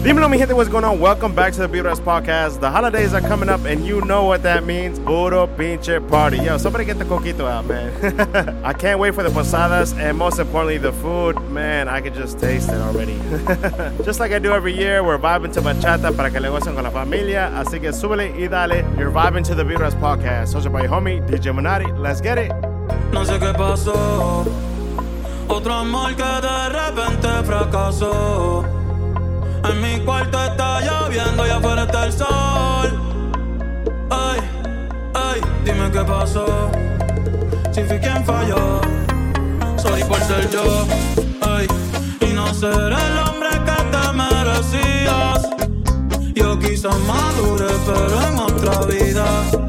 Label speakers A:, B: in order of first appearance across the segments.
A: Dímelo, mi gente, what's going on? Welcome back to the Beauty Rest Podcast. The holidays are coming up, and you know what that means. Puro pinche party. Yo, somebody get the coquito out, man. I can't wait for the posadas, and most importantly, the food. Man, I can just taste it already. Just like I do every year, we're vibing to bachata para que le gocen con la familia. Así que súbele y dale. You're vibing to the Beauty Rest Podcast. Hosted by your homie, DJ Monati. Let's get it.
B: No sé qué pasó. Otro amor que de repente fracasó. En mi cuarto está lloviendo y afuera está el sol. Ay, ay, dime qué pasó. Si fui quien falló. Sorry por ser yo. Ay, y no ser el hombre que te merecías. Yo quizás madure, pero en otra vida.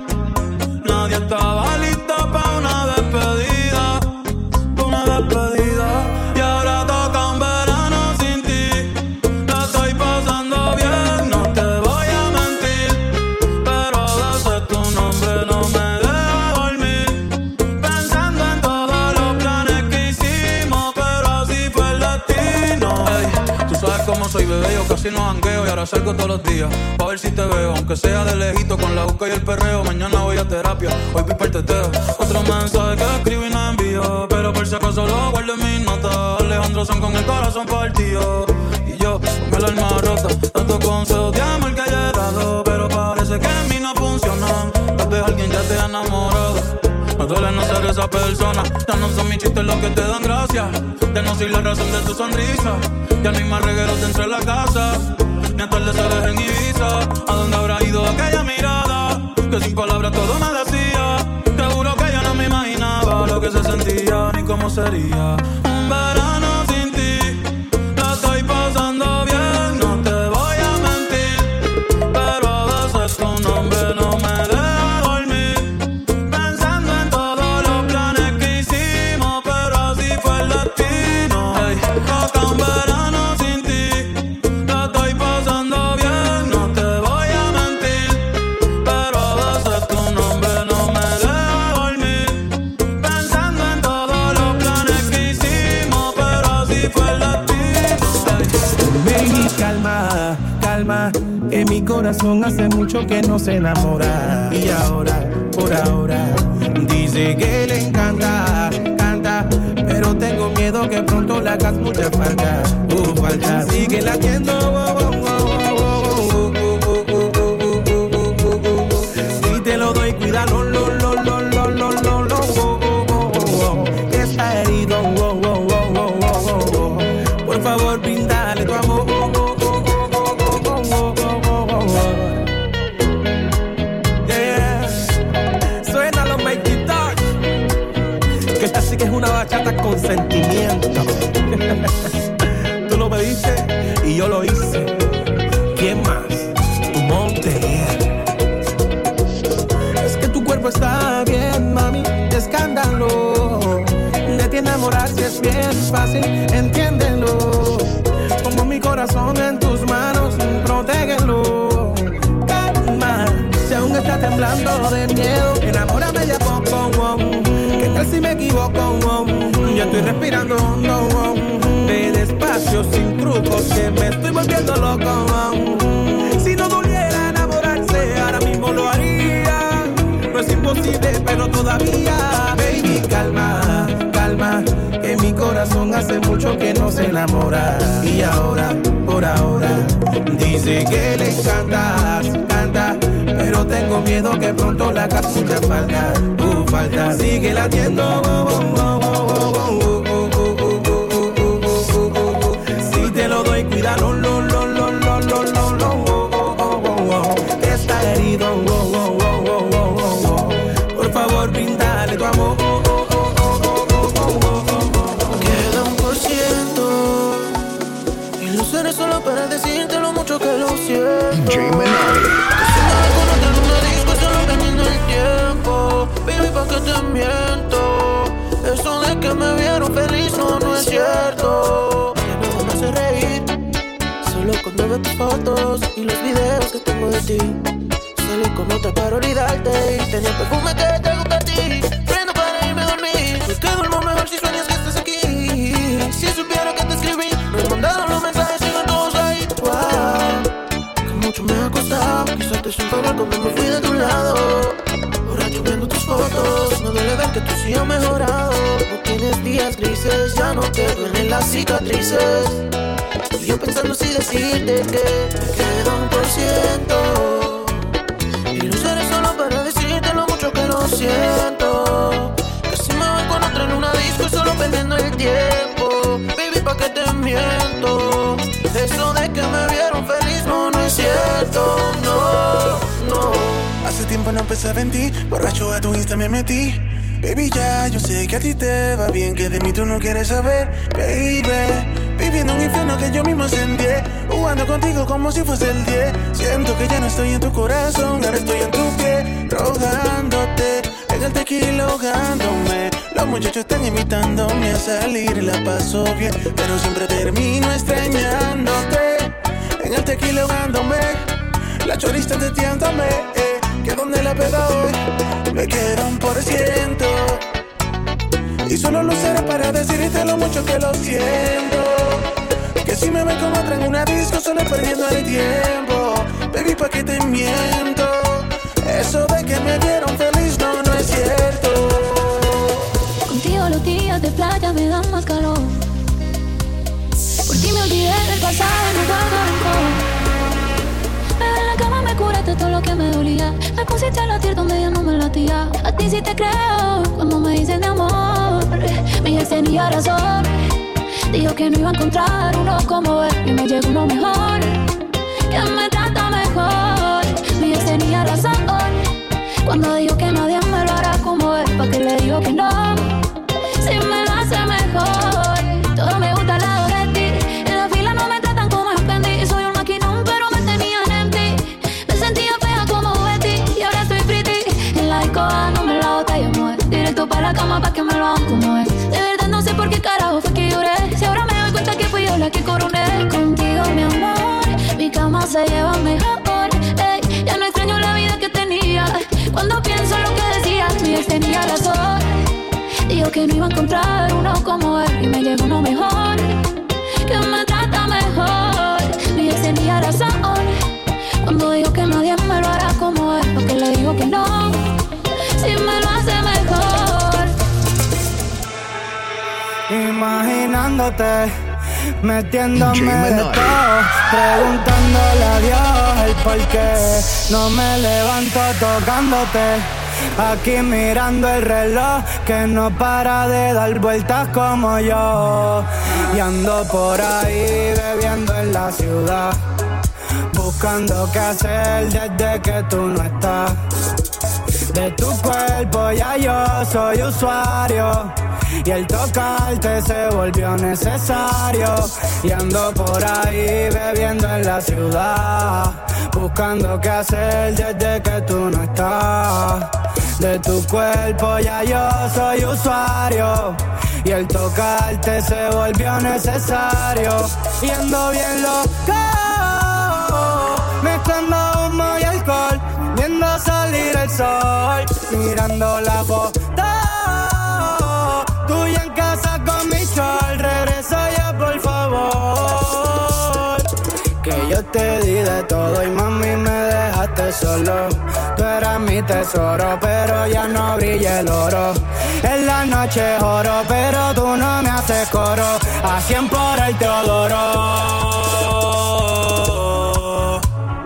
B: Nadie estaba listo para una despedida. Una despedida. Y ahora toca un verano sin ti. La estoy pasando bien, no te voy a mentir. Pero a veces tu nombre no me deja dormir. Pensando en todos los planes que hicimos, pero así fue el destino. Ey, tú sabes cómo soy, bebé, yo casi no jangueo y ahora salgo todos los días pa' ver si te veo, aunque sea de lejito con la busca y el perreo. Mañana voy a terapia, hoy pipa el teteo. Otro mensaje que escribo y no envío, pero por si acaso lo guardo en mis notas. Alejandro San con el corazón partido y yo con el alma rota. Tantos consejos de amor que he dado, pero parece que en mí no funcionan. Tal vez alguien ya te ha enamorado. Me duele no ser esa persona. Ya no son mis chistes los que te dan gracia. Ya no soy la razón de tu sonrisa. Ya no hay más regueros dentro de la casa. Ni atardeceres en Ibiza. ¿A dónde habrá ido aquella mirada? Que sin palabras todo me decía. Te juro que yo no me imaginaba lo que se sentía ni cómo sería un verano sin ti. La estoy pasando bien, no te voy a mentir. Pero a veces tu nombre no me deja dormir. Pensando en todos los planes que hicimos, pero así fue el destino. Hey, toca un verano sin ti. La estoy pasando bien, no te voy a mentir. Pero a veces tu nombre no me deja dormir. Pensando en todos los planes que hicimos, pero así fue el destino.
C: Baby, calma, calma, que mi corazón hace mucho que no se enamora. Y ahora, por ahora, dice que le encanta, canta, pero tengo miedo que pronto le hagas mucha falta. Falta, sigue latiendo, si te lo doy, cuídalo, que está herido, por favor, brindale tu amor. Yeah. Suénalo, make it dark. Que esta sí que es una bachata con sentimiento. Tú lo pediste y yo lo hice. ¿Quién más? Tu Montevideo. Es que tu cuerpo está bien, mami, de escándalo. De ti enamorarse es bien fácil, entiéndelo. Pongo mi corazón en tus manos, protégelo. Calma, si aún está temblando de miedo, enamórame ya poco. ¿Qué tal si me equivoco? Yo estoy respirando hondo. Ve despacio, sin trucos, que me estoy volviendo loco. Si no doliera enamorarse, ahora mismo lo haría. No es imposible, pero todavía. Baby, calma, calma, que mi corazón hace mucho que no se enamora. Y ahora, por ahora, dice que le encantas, canta, pero tengo miedo que pronto le hagas mucha falta. Falta, sigue latiendo. Si te lo doy, cuídalo, que está herido. Por favor, brindale tu amor.
D: Queda 1%. Y lo seré solo para decirte lo mucho que lo siento.
E: DJ Monati.
D: Con otra luna disco solo perdiendo el tiempo. Baby, ¿pa' qué te miento? Eso de que me vieron feliz no es cierto. Ya no me hace reír. Solo cuando veo tus fotos y los videos que tengo de ti. Salí con otra para olvidarte y tenía el perfume que te gusta a ti. Prendo para irme a dormir. Me quedo el mejor si sueñas que estás aquí. Si supiera que te escribí, no he mandado los mensajes, siguen todos ahí. Wow. que tú sí has mejorado. No tienes días grises, ya no te duelen las cicatrices. Y yo pensando si decirte que me queda 1%. Y lo seré solo para decirte lo mucho que lo siento. Que si me voy con otra en una disco y solo perdiendo el tiempo. Baby, ¿pa' qué te miento? Eso de que me vieron feliz no es cierto, no.
C: Hace tiempo no pensaba en ti, borracho a tu Insta me metí. Baby, ya, yo sé que a ti te va bien, que de mí tú no quieres saber, baby. Viviendo un infierno que yo mismo sentí, jugando contigo como si fuese el 10. Siento que ya no estoy en tu corazón, ahora estoy en tu pie, rogándote, en el tequila ahogándome. Los muchachos están invitándome a salir, la paso bien, pero siempre termino extrañándote. En el tequila ahogándome, la chorista teteándome, que donde la pega hoy, me queda 1%. Y solo lo usaré para decirte lo mucho que lo siento. Que si me ven como otra en una disco, solo perdiendo el tiempo. Baby, ¿pa' qué te miento? Eso de que me vieron feliz no es cierto.
E: Contigo los días de playa me dan más calor. Por ti me olvidé del pasado y no guardo rencor. Bebé, en la cama me curaste todo lo que me dolía. Me pusiste a latir donde ya no me latía. A ti sí te creo cuando me dices de amor. Mi ex tenía razón, dijo que no iba a encontrar uno como él. Y me llegó uno mejor, que me trata mejor. Mi ex tenía razón cuando dijo que nadie me lo hará como él. ¿Pa' qué le digo que no? Si me lo hace mejor. Todo me gusta al lado de ti. En la fila no me tratan como Spendi. Soy un maquinón pero me tenían en ti. Me sentía fea como Betty y ahora estoy pretty. En la disco dándome la botella, mujer. Directo pa' la cama pa' que me lo hagan como es. De verdad no sé por qué carajo fue que lloré. Si ahora me doy cuenta que fui yo la que coroné. Contigo, mi amor, mi cama se lleva mejor. Ey, ya no extraño la vida que tenía. Cuando pienso lo que decías, mi ex tenía razón. Dijo que no iba a encontrar uno como él. Y me llegó uno mejor, que me trata mejor. Mi ex tenía razón cuando dijo que nadie me lo hará como él. Porque le digo que no, si me lo hace mejor.
F: Imaginándote, metiéndome de todo, preguntándole a Dios el por qué. No me levanto tocándote, aquí mirando el reloj que no para de dar vueltas como yo. Y ando por ahí bebiendo en la ciudad, buscando qué hacer desde que tú no estás. De tu cuerpo ya yo soy usuario, y el tocarte se volvió necesario. Y ando por ahí bebiendo en la ciudad, buscando qué hacer desde que tú no estás. De tu cuerpo ya yo soy usuario, y el tocarte se volvió necesario. Y ando bien loco, mezclando humo y alcohol, viendo salir el sol, mirando la foto tuya en casa con mi sol. Regresa ya por favor, que yo te di de todo y mami me dejaste solo. Tú eras mi tesoro, pero ya no brilla el oro. En la noche oro, pero tú no me haces coro. A 100 por el te adoro.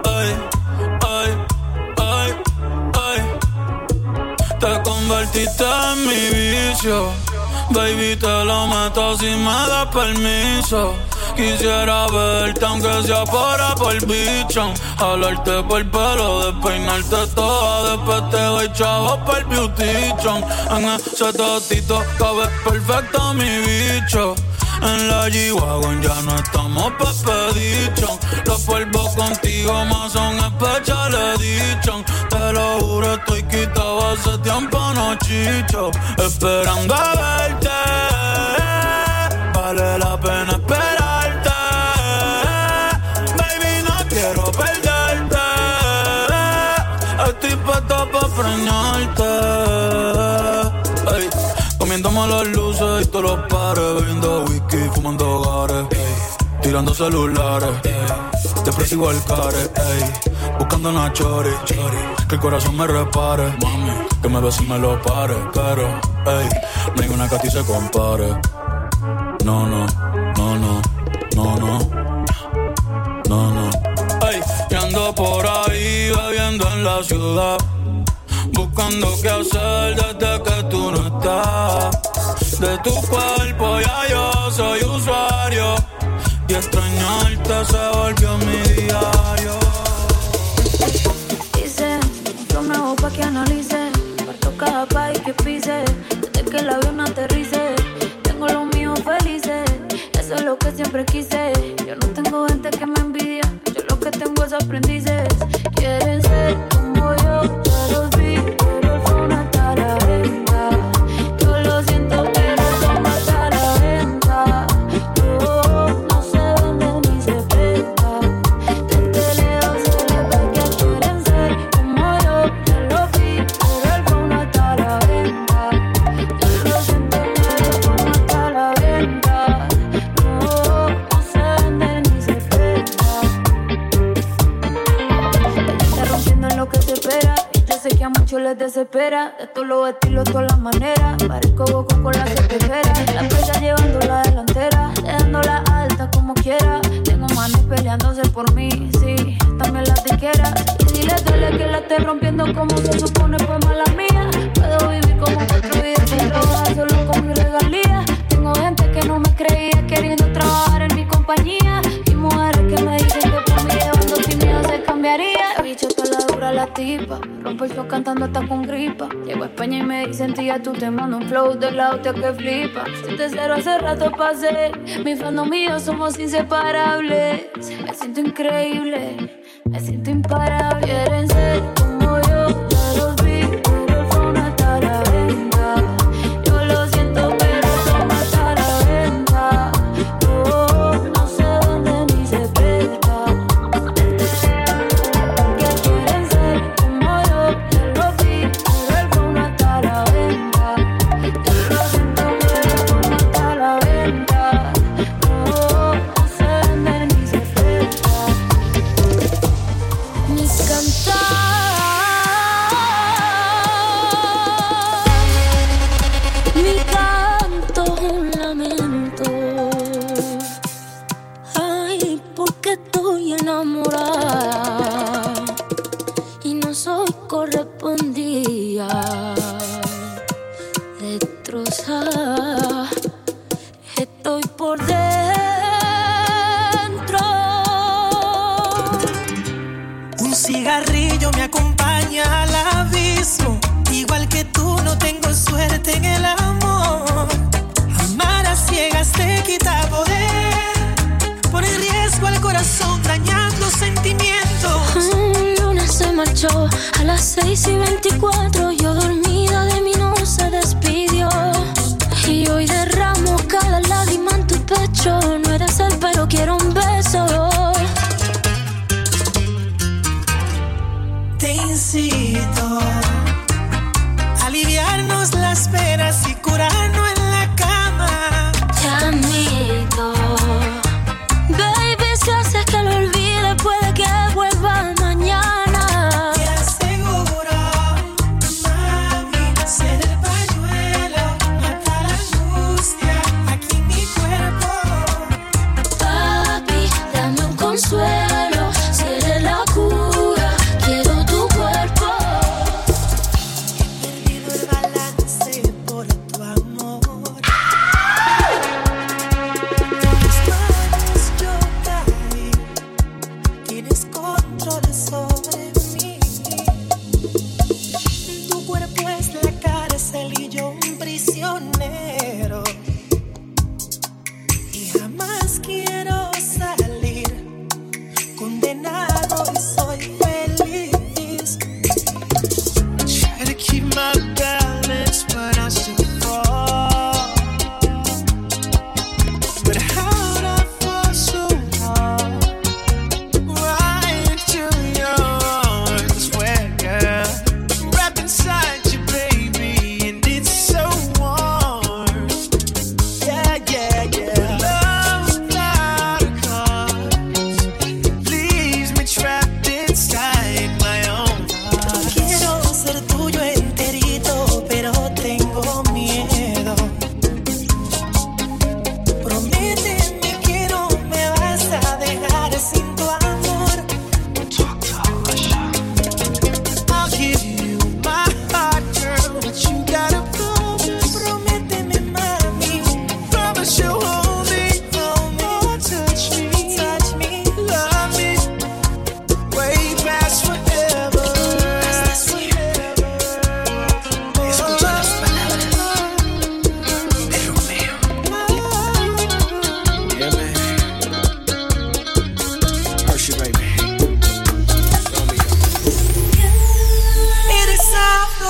B: Te convertiste en mi vicio, baby, te lo meto si me das permiso. Quisiera verte aunque sea por bicho, jalarte por el pelo, despeinarte toda, después te doy chavo por el beautition. En ese totito cabe perfecto mi bicho. En la G-Wagon ya no estamos pepedichon. Los polvos contigo más son especial edition. Te lo juro, estoy quitado hace tiempo, no chicho. Esperando a verte, vale la pena esperarte. Baby, no quiero perderte, estoy puesto pa' preñarte. Comiéndome las luces y todos los pares, bebiendo whisky, fumando gares. tirando celulares, depresivo el care, buscando una chori, que el corazón me repare, mami, que me bese y me lo pare, pero, no hay una que a ti se compare. No, no, no, no, no, no, no, no. Y ando por ahí bebiendo en la ciudad, buscando qué hacer desde que tú no estás. De tu cuerpo ya yo soy usuario, y extrañarte se volvió mi diario.
E: Dice, yo me voy pa' que analice, parto cada país que pise, desde que el avión aterrice, tengo los míos felices, eso es lo que siempre quise. Yo no tengo gente que me envidia, yo lo que tengo es aprendices. Quieren ser como yo, ya los vi, pero el phone está a la venta. Yo lo siento, pero el phone está a la venta. Yo no sé dónde ni se presta. Desde lejos se le ve que quieren ser como yo, ya lo vi, pero el phone está a la venta. Yo lo siento, pero el phone está a la venta. No sé dónde ni se presta. Está rompiendo en lo que se espera, y yo sé que a muchos les desespera. De todos los estilos, todas las maneras, parezco Goku con la cervecera. La empresa llevando la delantera, dejándola alta como quiera. Tengo manes peleándose por mí, sí, también las tiqueras. Y si les duele que la esté rompiendo como se supone, pues mala mía. Puedo vivir como 4 vidas sin trabajar, solo con mi regalía. Tengo gente que no me creía queriendo trabajar en mi compañía, y mujeres que me dicen que por mí llevando tímida se cambiaría. Bicho, toda la dura la tipa, rompo el show cantando hasta con gripa. Llego a España y me dicen, tía, tú te mando un flow de la hostia que flipa. Si te cero hace rato pasé, mi fandom y yo somos inseparables. Me siento increíble, me siento imparable. Quieren ser como yo, ya los vi, pero el phone está a la venta. Yo lo siento, pero el phone está a la venta. Yo no sé dónde ni se presta. Que quieren ser como yo, ya lo vi, pero el phone está a la venta. Yo lo siento, pero el phone está a la venta. No sé dónde ni se presta. Mi cantar, mi canto es un lamento. Ay, porque estoy enamorada y no soy correspondida. Destrozada estoy por dentro.
C: Un cigarrillo me acompaña al abismo. Igual que tú no tengo suerte en el amor. Amar a ciegas te quita poder. Pone en riesgo al corazón dañando sentimientos.
E: Luna se marchó a las 6:24. Yo dormida de mí no se despidió. Y hoy derramo cada lágrima en tu pecho. No eres él, pero quiero un beso.
C: Te incito a aliviarnos las penas y curarnos en la cama.
E: Te admito, baby, si haces que lo olvide, puede que vuelva mañana.
C: Te aseguro, mami, ser el pañuelo, mata la angustia aquí en mi cuerpo.
E: Papi, dame un consuelo, seré la cura, quiero tu cuerpo.
C: He perdido el balance por tu amor. En tus manos yo caí, tienes control sobre mí. Tu cuerpo es la cárcel y yo un prisionero. Y jamás quiero salir, condenado y soy feliz. Try to keep my balance, but I still fall. But how'd I fall so hard? Right into your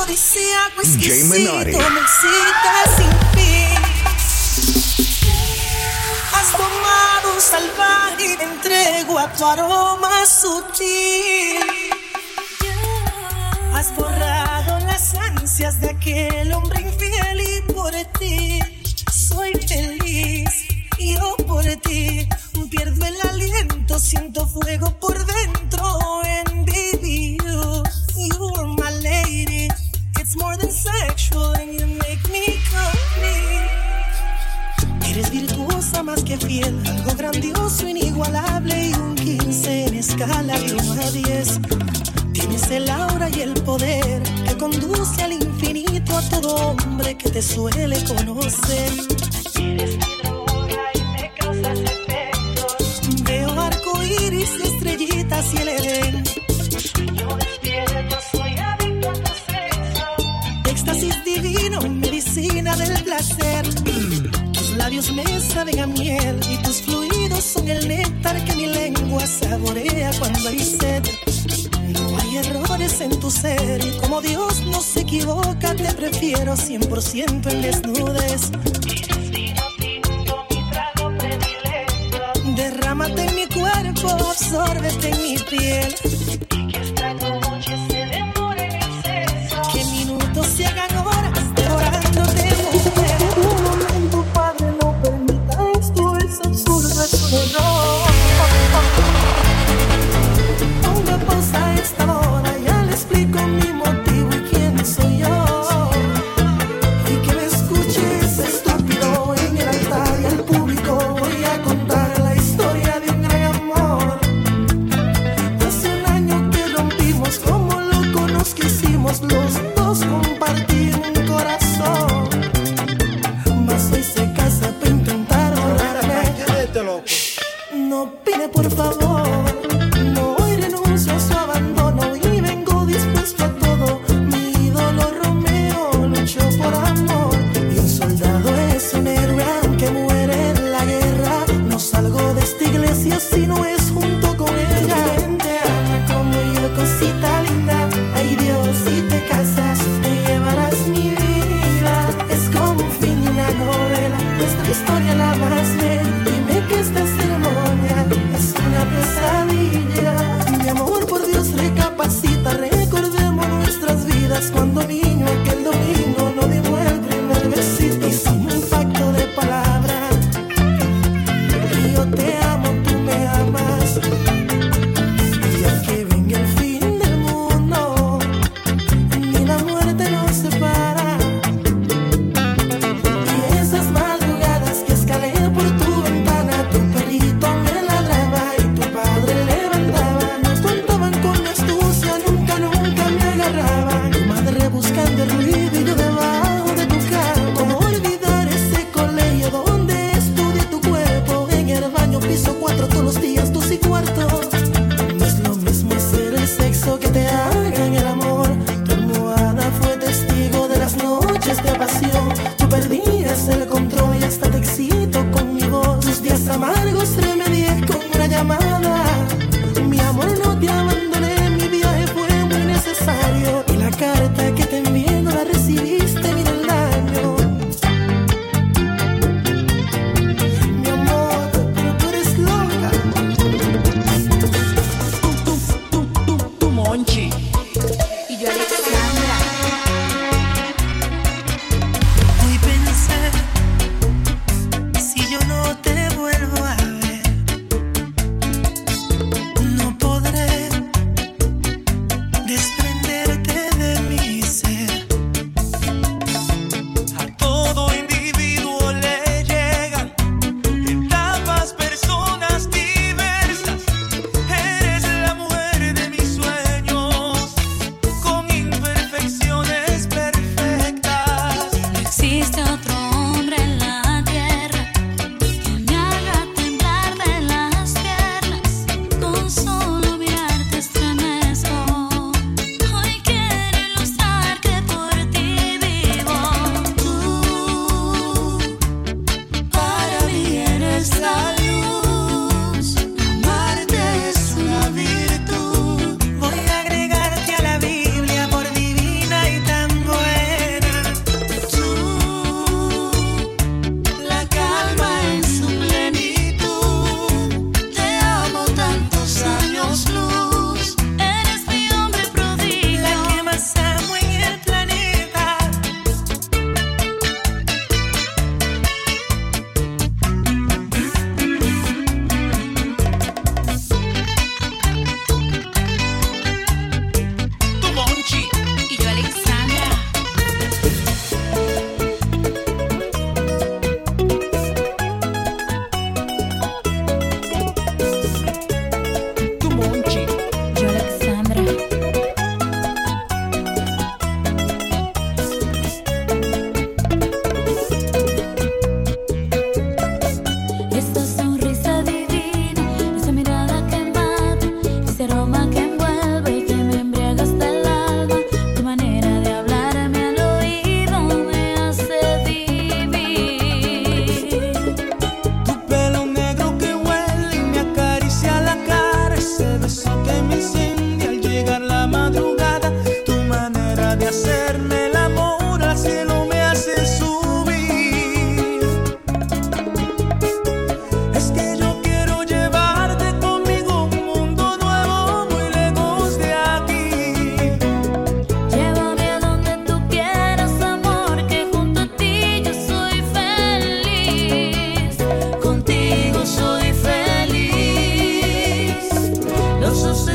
G: afrodisíaco exquisito, me excita sin fin. Has tomado un salvaje y me entrego a tu aroma sutil. Has borrado las ansias de aquel hombre infiel y por ti soy feliz. Yo por ti pierdo el aliento, siento fuego por dentro. And baby, you're my lady. It's more than sexual and you make me complete. Eres virtuosa más que fiel, algo grandioso, inigualable y un 15 en escala de 1 a 10. Tienes el aura y el poder que conduce al infinito a todo hombre que te suele conocer. Eres mi droga y me causas efectos. Veo arcoíris, estrellitas y el Edén. Sueño despierto, soy adicto a tu sexo. Éxtasis divino, medicina del placer. Tus labios me saben a miel y tus fluidos son el néctar que mi lengua saborea cuando hay sed. No hay errores en tu ser y como Dios no se equivoca, te prefiero 100% en desnudez. Eres vino tinto, mi trago predilecto. Derrámate en mi cuerpo, absórbete en mi piel. Y que esta noche se demore en exceso. Que minutos se hagan horas devorándote, mujer. Un momento, padre, no permita esto, es absurdo, es un error. Ponga pausa a esta hora, ya le explico mi motivo y quién soy yo. Y que me escuches, estúpido, en el altar y al público voy a contar la historia de un gran amor. Hace un año que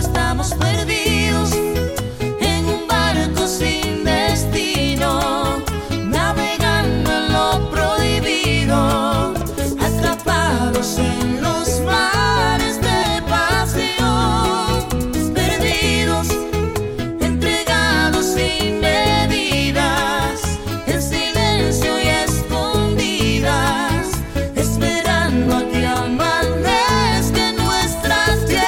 E: estamos perdidos en un barco sin destino, navegando en lo prohibido, atrapados en los mares de pasión, perdidos, entregados sin medidas, en silencio y escondidas, esperando a que amanezca en nuestra tierra.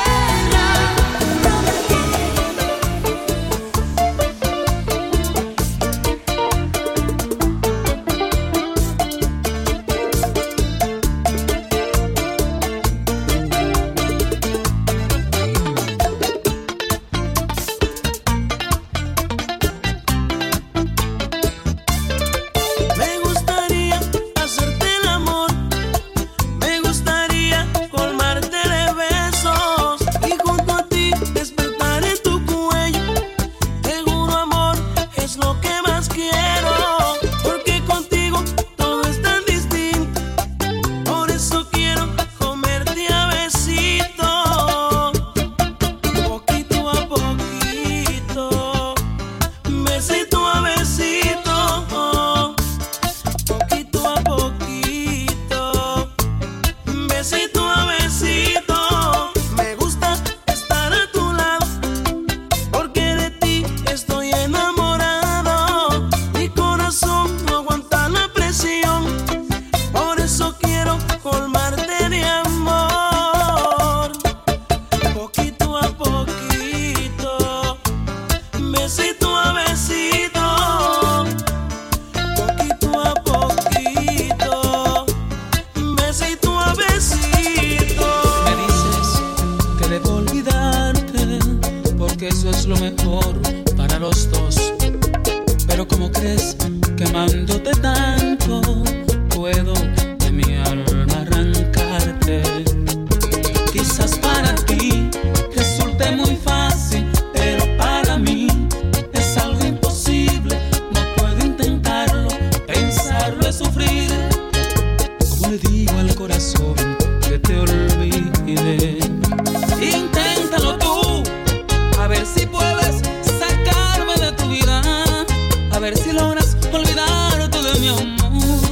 D: Me gustaría hacerte el amor, me gustaría colmarte de besos y junto a ti despertar en tu cuello. Seguro amor es lo que más quiero, porque contigo todo es tan distinto. Por eso quiero comerte a besitos, poquito a poquito, besito a besito, poquito a poquito, besito a besito. Me gusta estar a tu lado, porque de ti estoy enamorado. Mi corazón no aguanta la presión, por eso quiero colmarte de amor. Poquito a poquito, besito a besito, poquito a poquito, besito a besito.
C: Me dices que debo olvidarte, porque eso es lo mejor para los dos. Pero ¿cómo crees que amándote tanto puedo de mi alma arrancarte? Quizás para ti resulte muy fácil, pero para mí es algo imposible. No puedo intentarlo, pensarlo es sufrir. ¿Cómo le digo al corazón que te olvide? Inténtalo tú, a ver si puedes sacarme de tu vida, a ver si logras olvidarte de mi amor,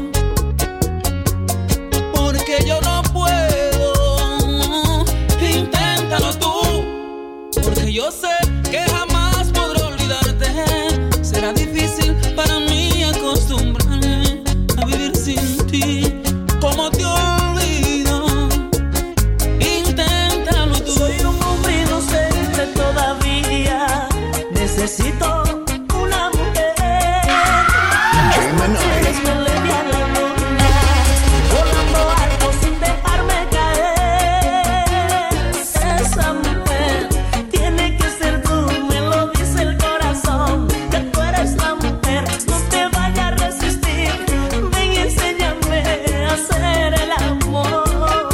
C: porque yo no puedo. Inténtalo tú, porque yo sé que jamás podré olvidarte. Será difícil para mí acostumbrarme a vivir sin ti. ¿Cómo te olvido? Inténtalo tú.
D: Soy un hombre inocente todavía, necesito una mujer. Eres me leve a la luna, volando alto sin dejarme caer. Esa mujer tiene que ser tú, me lo dice el corazón, que tú eres la mujer. No te vayas a resistir, ven y enséñame a hacer el amor.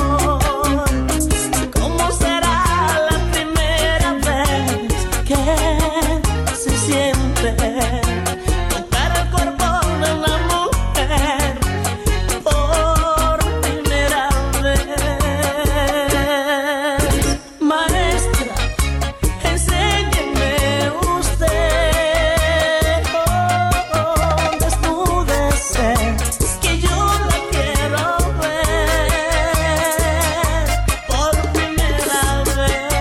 D: ¿Cómo será la primera vez que se siente tocar el cuerpo de una mujer por primera vez? Maestra, enséñeme usted, desnúdese, que yo la quiero ver por primera vez.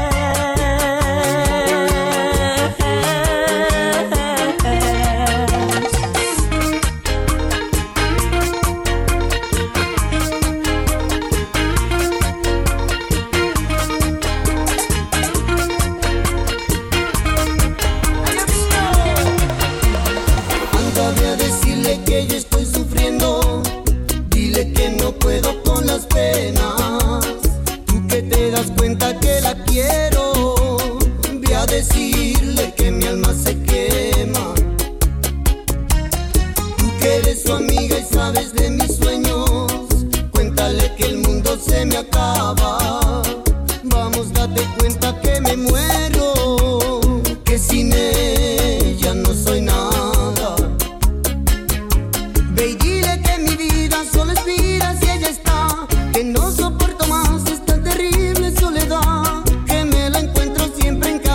H: Ándale a decirle que yo estoy sufriendo, dile que no puedo con las penas. Tú que te das cuenta que la quiero, ve a decirle que mi alma se quema. Tú que eres su amiga y sabes de mis sueños, cuéntale que el mundo se me acaba. Vamos, date cuenta que me muero, que sin ella no soy nada. Ve y dile que mi vida solo es vida si ella está, que no soporto más esta terrible soledad, que me la encuentro siempre en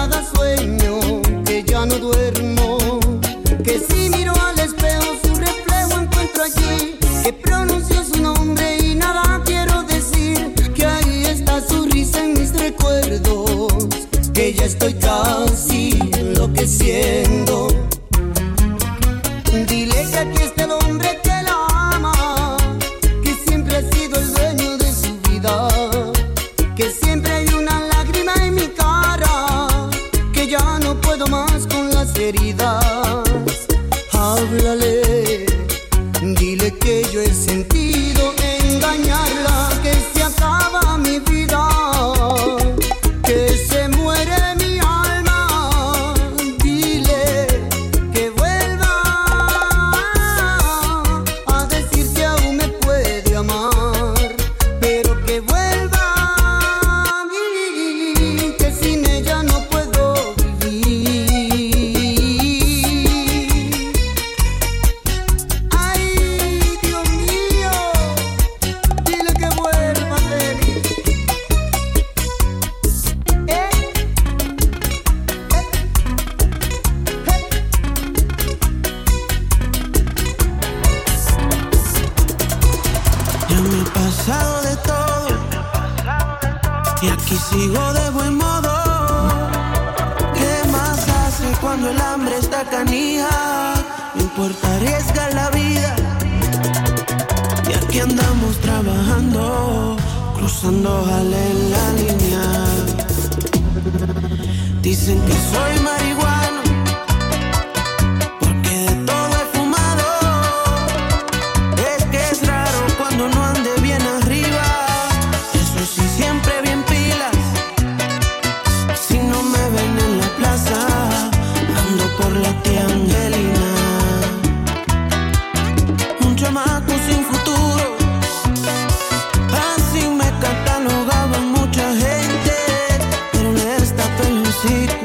H: estoy casi enloqueciendo. Dile que aquí está el hombre que la ama, que siempre ha sido el dueño de su vida, que siempre hay una lágrima en mi cara, que ya no puedo más con las heridas. Háblale, dile que yo he sentido engañarla, que se acaba mi vida, que se muere mi alma. Dile que vuelva a decir que aún me puede amar, pero que vuelva, que sin ella no puedo vivir. Ay, Dios mío, dile que vuelva, Félix.
C: Ya me he pasado de todo y aquí sigo de buen modo. ¿Qué más hace cuando el hambre está canija? No importa arriesgar la vida. Y aquí andamos trabajando, cruzando jale en la línea. Dicen que soy marihuano porque de todo he fumado. Es que es raro cuando no ande bien arriba. Eso sí, siempre bien pilas. Si no me ven en la plaza, ando por la tía Angelina. Un chamaco sin futuro, así me catalogaban mucha gente, pero en esta peloncito.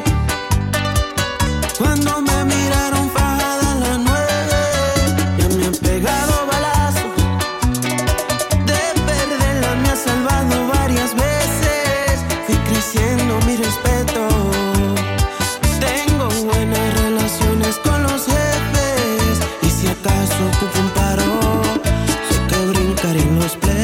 C: Cuando me miraron fajada a las 9, ya me han pegado balazos. De perderla me ha salvado varias veces. Fui creciendo mi respeto. Tengo buenas relaciones con los jefes, y si acaso ocupo un paro, sé que brincaré en los plebes.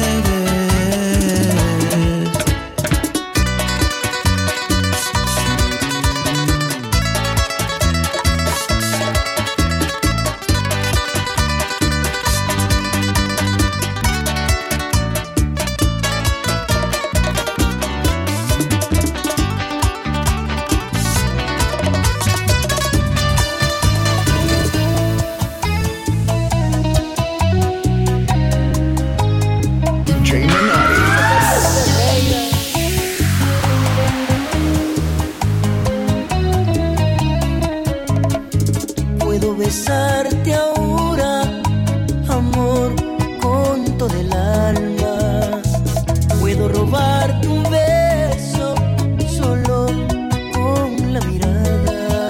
H: Puedo besarte ahora, amor, con todo el alma. Puedo robarte un beso solo con la mirada.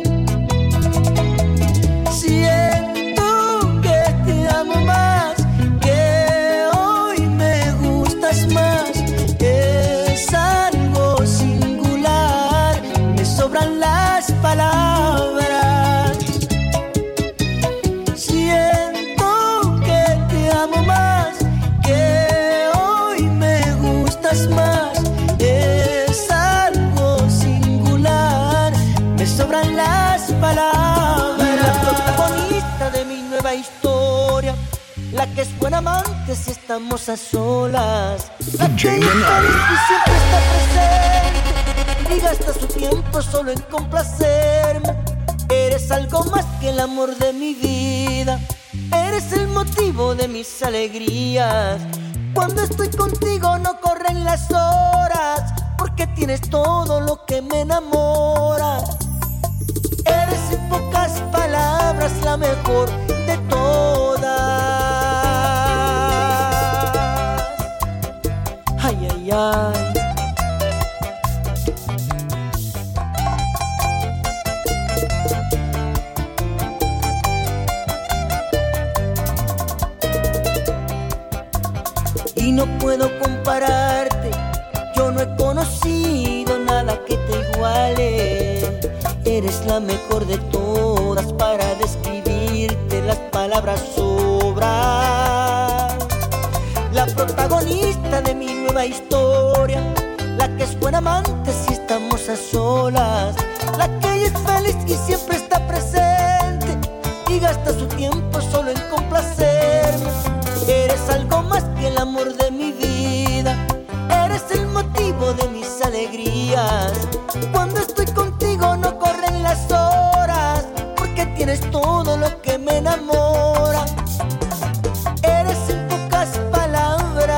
H: Siento que te amo más, que hoy me gustas más. Es algo singular, me sobran las palabras. Siento que te amo más, que hoy me gustas más. Es algo singular, me sobran las palabras. La protagonista de mi nueva historia, la que es buena amante si estamos a solas, la que es feliz y siempre está presente y gasta su tiempo solo en complacerme. Eres algo más que el amor de mi vida, eres el motivo de mis alegrías. Cuando estoy contigo no corren las horas, porque tienes todo lo que me enamora. Eres en pocas palabras la mejor de todas. Ay, ay, ay. Y no puedo compararte, yo no he conocido nada que te iguale. Eres la mejor de todas, para describirte las palabras sobran. La protagonista de mi nueva historia, la que es buena amante si estamos estamos a solas. La que ella es feliz y siempre está presente y gasta su tiempo solo en complacerme. Eres algo más que el amor de mi vida, eres el motivo de mis alegrías. Cuando estoy contigo no corren las horas, porque tienes todo lo que me enamora. Eres en pocas palabras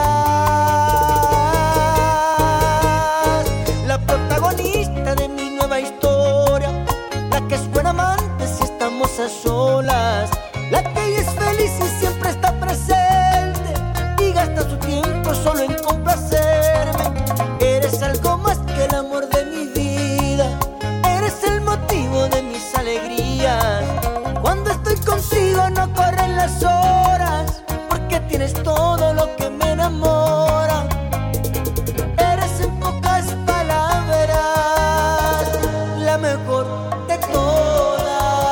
H: la protagonista de mi nueva historia, la que es buena amante si estamos a solas, la que ella es feliz y siempre está presente y gasta su tiempo solo en complacerme. Eres algo más que el amor de mi vida, eres el motivo de mis alegrías. Cuando estoy contigo no corren las horas, porque tienes todo lo que me enamora. Eres en pocas palabras la mejor de todas.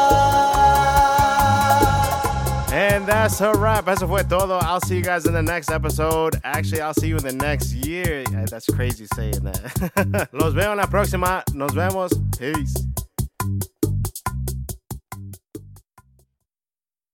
A: And that's a wrap. Eso fue todo. I'll see you guys in the next episode. Actually, I'll see you in the next year. That's crazy saying that. Los veo en la próxima. Nos vemos. Peace.